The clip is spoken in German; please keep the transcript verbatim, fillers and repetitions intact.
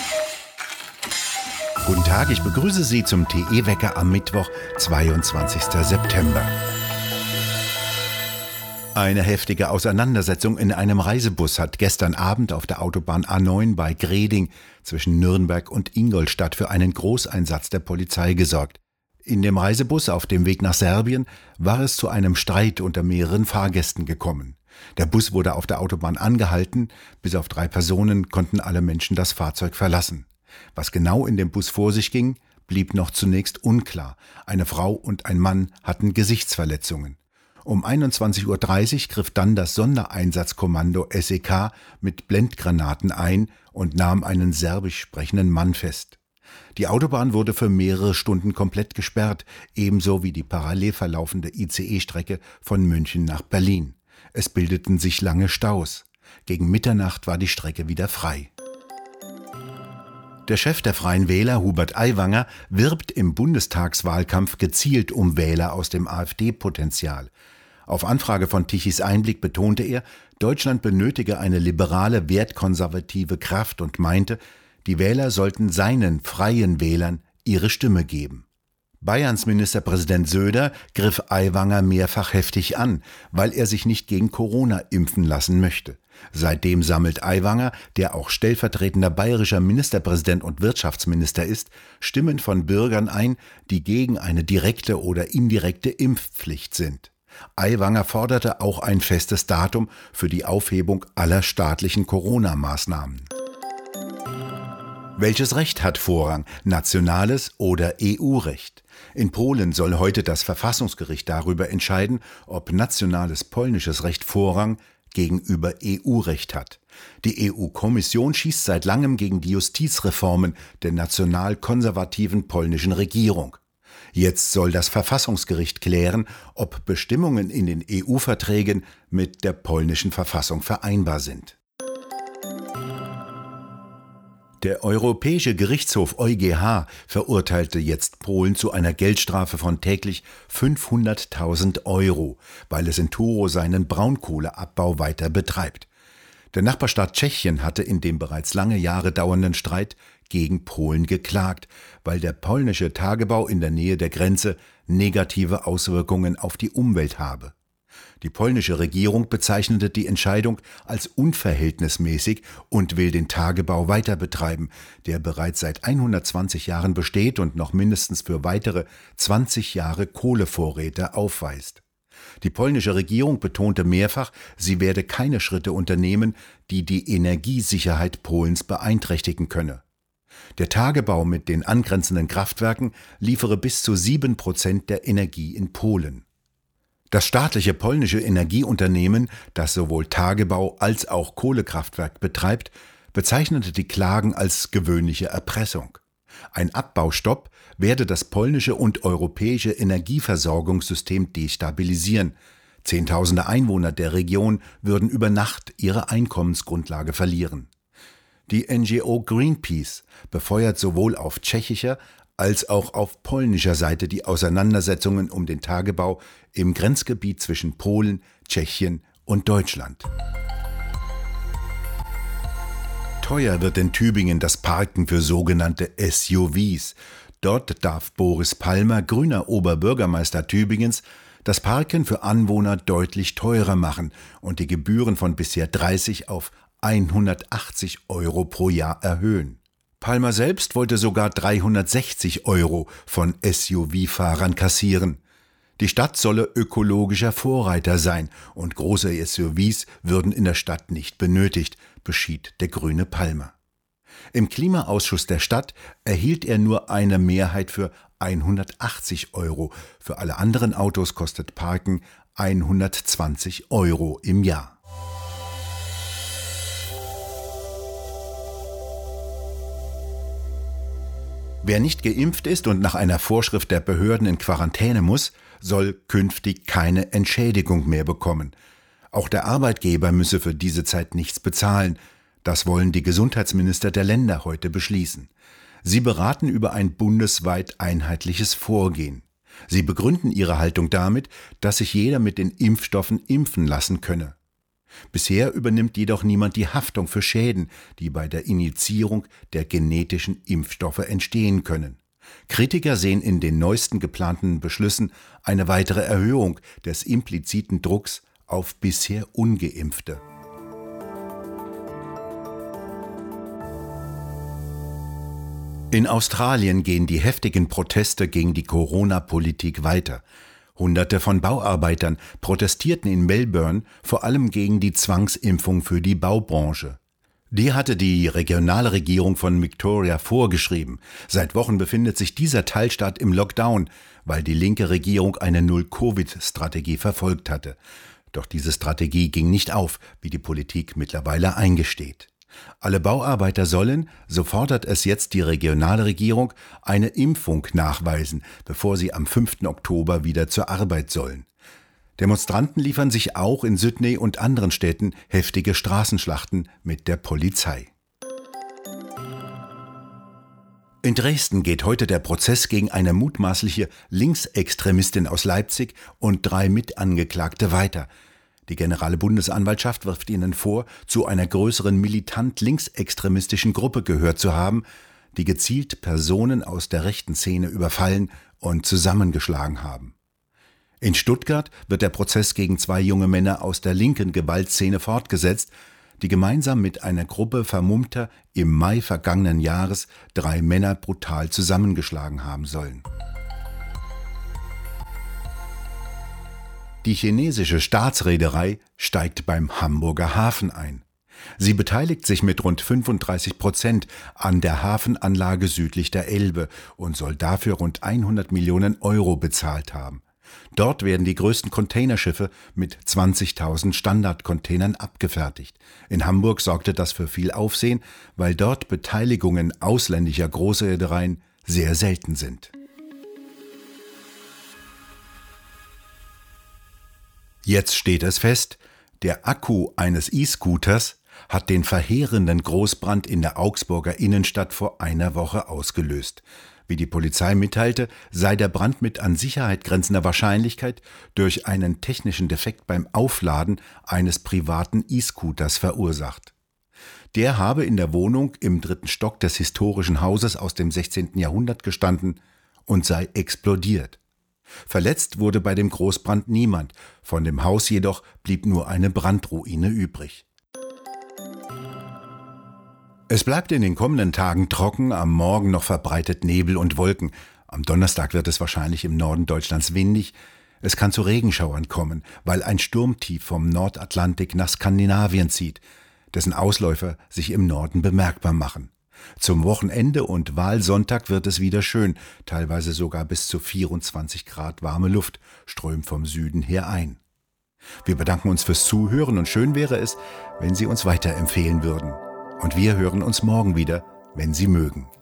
Guten Tag, ich begrüße Sie zum T E-Wecker am Mittwoch, zweiundzwanzigsten September. Eine heftige Auseinandersetzung in einem Reisebus hat gestern Abend auf der Autobahn A neun bei Greding zwischen Nürnberg und Ingolstadt für einen Großeinsatz der Polizei gesorgt. In dem Reisebus auf dem Weg nach Serbien war es zu einem Streit unter mehreren Fahrgästen gekommen. Der Bus wurde auf der Autobahn angehalten, bis auf drei Personen konnten alle Menschen das Fahrzeug verlassen. Was genau in dem Bus vor sich ging, blieb noch zunächst unklar. Eine Frau und ein Mann hatten Gesichtsverletzungen. Um einundzwanzig Uhr dreißig griff dann das Sondereinsatzkommando S E K mit Blendgranaten ein und nahm einen serbisch sprechenden Mann fest. Die Autobahn wurde für mehrere Stunden komplett gesperrt, ebenso wie die parallel verlaufende I C E-Strecke von München nach Berlin. Es bildeten sich lange Staus. Gegen Mitternacht war die Strecke wieder frei. Der Chef der Freien Wähler, Hubert Aiwanger, wirbt im Bundestagswahlkampf gezielt um Wähler aus dem AfD-Potenzial. Auf Anfrage von Tichys Einblick betonte er, Deutschland benötige eine liberale, wertkonservative Kraft und meinte, die Wähler sollten seinen freien Wählern ihre Stimme geben. Bayerns Ministerpräsident Söder griff Aiwanger mehrfach heftig an, weil er sich nicht gegen Corona impfen lassen möchte. Seitdem sammelt Aiwanger, der auch stellvertretender bayerischer Ministerpräsident und Wirtschaftsminister ist, Stimmen von Bürgern ein, die gegen eine direkte oder indirekte Impfpflicht sind. Aiwanger forderte auch ein festes Datum für die Aufhebung aller staatlichen Corona-Maßnahmen. Welches Recht hat Vorrang, nationales oder E U-Recht? In Polen soll heute das Verfassungsgericht darüber entscheiden, ob nationales polnisches Recht Vorrang gegenüber E U-Recht hat. Die E U-Kommission schießt seit langem gegen die Justizreformen der national-konservativen polnischen Regierung. Jetzt soll das Verfassungsgericht klären, ob Bestimmungen in den E U-Verträgen mit der polnischen Verfassung vereinbar sind. Der Europäische Gerichtshof EuGH verurteilte jetzt Polen zu einer Geldstrafe von täglich fünfhunderttausend Euro, weil es in Turów seinen Braunkohleabbau weiter betreibt. Der Nachbarstaat Tschechien hatte in dem bereits lange Jahre dauernden Streit gegen Polen geklagt, weil der polnische Tagebau in der Nähe der Grenze negative Auswirkungen auf die Umwelt habe. Die polnische Regierung bezeichnete die Entscheidung als unverhältnismäßig und will den Tagebau weiter betreiben, der bereits seit hundertzwanzig Jahren besteht und noch mindestens für weitere zwanzig Jahre Kohlevorräte aufweist. Die polnische Regierung betonte mehrfach, sie werde keine Schritte unternehmen, die die Energiesicherheit Polens beeinträchtigen könne. Der Tagebau mit den angrenzenden Kraftwerken liefere bis zu sieben Prozent der Energie in Polen. Das staatliche polnische Energieunternehmen, das sowohl Tagebau als auch Kohlekraftwerk betreibt, bezeichnete die Klagen als gewöhnliche Erpressung. Ein Abbaustopp werde das polnische und europäische Energieversorgungssystem destabilisieren. Zehntausende Einwohner der Region würden über Nacht ihre Einkommensgrundlage verlieren. Die N G O Greenpeace befeuert sowohl auf tschechischer als auch auf polnischer Seite die Auseinandersetzungen um den Tagebau im Grenzgebiet zwischen Polen, Tschechien und Deutschland. Teuer wird in Tübingen das Parken für sogenannte S U Vs. Dort darf Boris Palmer, grüner Oberbürgermeister Tübingens, das Parken für Anwohner deutlich teurer machen und die Gebühren von bisher dreißig auf hundertachtzig Euro pro Jahr erhöhen. Palmer selbst wollte sogar dreihundertsechzig Euro von S U V-Fahrern kassieren. Die Stadt solle ökologischer Vorreiter sein und große S U Vs würden in der Stadt nicht benötigt, beschied der grüne Palmer. Im Klimaausschuss der Stadt erhielt er nur eine Mehrheit für hundertachtzig Euro. Für alle anderen Autos kostet Parken hundertzwanzig Euro im Jahr. Wer nicht geimpft ist und nach einer Vorschrift der Behörden in Quarantäne muss, soll künftig keine Entschädigung mehr bekommen. Auch der Arbeitgeber müsse für diese Zeit nichts bezahlen. Das wollen die Gesundheitsminister der Länder heute beschließen. Sie beraten über ein bundesweit einheitliches Vorgehen. Sie begründen ihre Haltung damit, dass sich jeder mit den Impfstoffen impfen lassen könne. Bisher übernimmt jedoch niemand die Haftung für Schäden, die bei der Injizierung der genetischen Impfstoffe entstehen können. Kritiker sehen in den neuesten geplanten Beschlüssen eine weitere Erhöhung des impliziten Drucks auf bisher Ungeimpfte. In Australien gehen die heftigen Proteste gegen die Corona-Politik weiter. Hunderte von Bauarbeitern protestierten in Melbourne vor allem gegen die Zwangsimpfung für die Baubranche. Die hatte die regionale Regierung von Victoria vorgeschrieben. Seit Wochen befindet sich dieser Teilstaat im Lockdown, weil die linke Regierung eine Null-Covid-Strategie verfolgt hatte. Doch diese Strategie ging nicht auf, wie die Politik mittlerweile eingesteht. Alle Bauarbeiter sollen, so fordert es jetzt die regionale Regierung, eine Impfung nachweisen, bevor sie am fünften Oktober wieder zur Arbeit sollen. Demonstranten liefern sich auch in Sydney und anderen Städten heftige Straßenschlachten mit der Polizei. In Dresden geht heute der Prozess gegen eine mutmaßliche Linksextremistin aus Leipzig und drei Mitangeklagte weiter. Die Generale Bundesanwaltschaft wirft ihnen vor, zu einer größeren militant-linksextremistischen Gruppe gehört zu haben, die gezielt Personen aus der rechten Szene überfallen und zusammengeschlagen haben. In Stuttgart wird der Prozess gegen zwei junge Männer aus der linken Gewaltszene fortgesetzt, die gemeinsam mit einer Gruppe Vermummter im Mai vergangenen Jahres drei Männer brutal zusammengeschlagen haben sollen. Die chinesische Staatsreederei steigt beim Hamburger Hafen ein. Sie beteiligt sich mit rund fünfunddreißig Prozent an der Hafenanlage südlich der Elbe und soll dafür rund hundert Millionen Euro bezahlt haben. Dort werden die größten Containerschiffe mit zwanzigtausend Standardcontainern abgefertigt. In Hamburg sorgte das für viel Aufsehen, weil dort Beteiligungen ausländischer Großreedereien sehr selten sind. Jetzt steht es fest, der Akku eines E-Scooters hat den verheerenden Großbrand in der Augsburger Innenstadt vor einer Woche ausgelöst. Wie die Polizei mitteilte, sei der Brand mit an Sicherheit grenzender Wahrscheinlichkeit durch einen technischen Defekt beim Aufladen eines privaten E-Scooters verursacht. Der habe in der Wohnung im dritten Stock des historischen Hauses aus dem sechzehnten Jahrhundert gestanden und sei explodiert. Verletzt wurde bei dem Großbrand niemand, von dem Haus jedoch blieb nur eine Brandruine übrig. Es bleibt in den kommenden Tagen trocken, am Morgen noch verbreitet Nebel und Wolken. Am Donnerstag wird es wahrscheinlich im Norden Deutschlands windig. Es kann zu Regenschauern kommen, weil ein Sturmtief vom Nordatlantik nach Skandinavien zieht, dessen Ausläufer sich im Norden bemerkbar machen. Zum Wochenende und Wahlsonntag wird es wieder schön, teilweise sogar bis zu vierundzwanzig Grad warme Luft strömt vom Süden her ein. Wir bedanken uns fürs Zuhören und schön wäre es, wenn Sie uns weiterempfehlen würden. Und wir hören uns morgen wieder, wenn Sie mögen.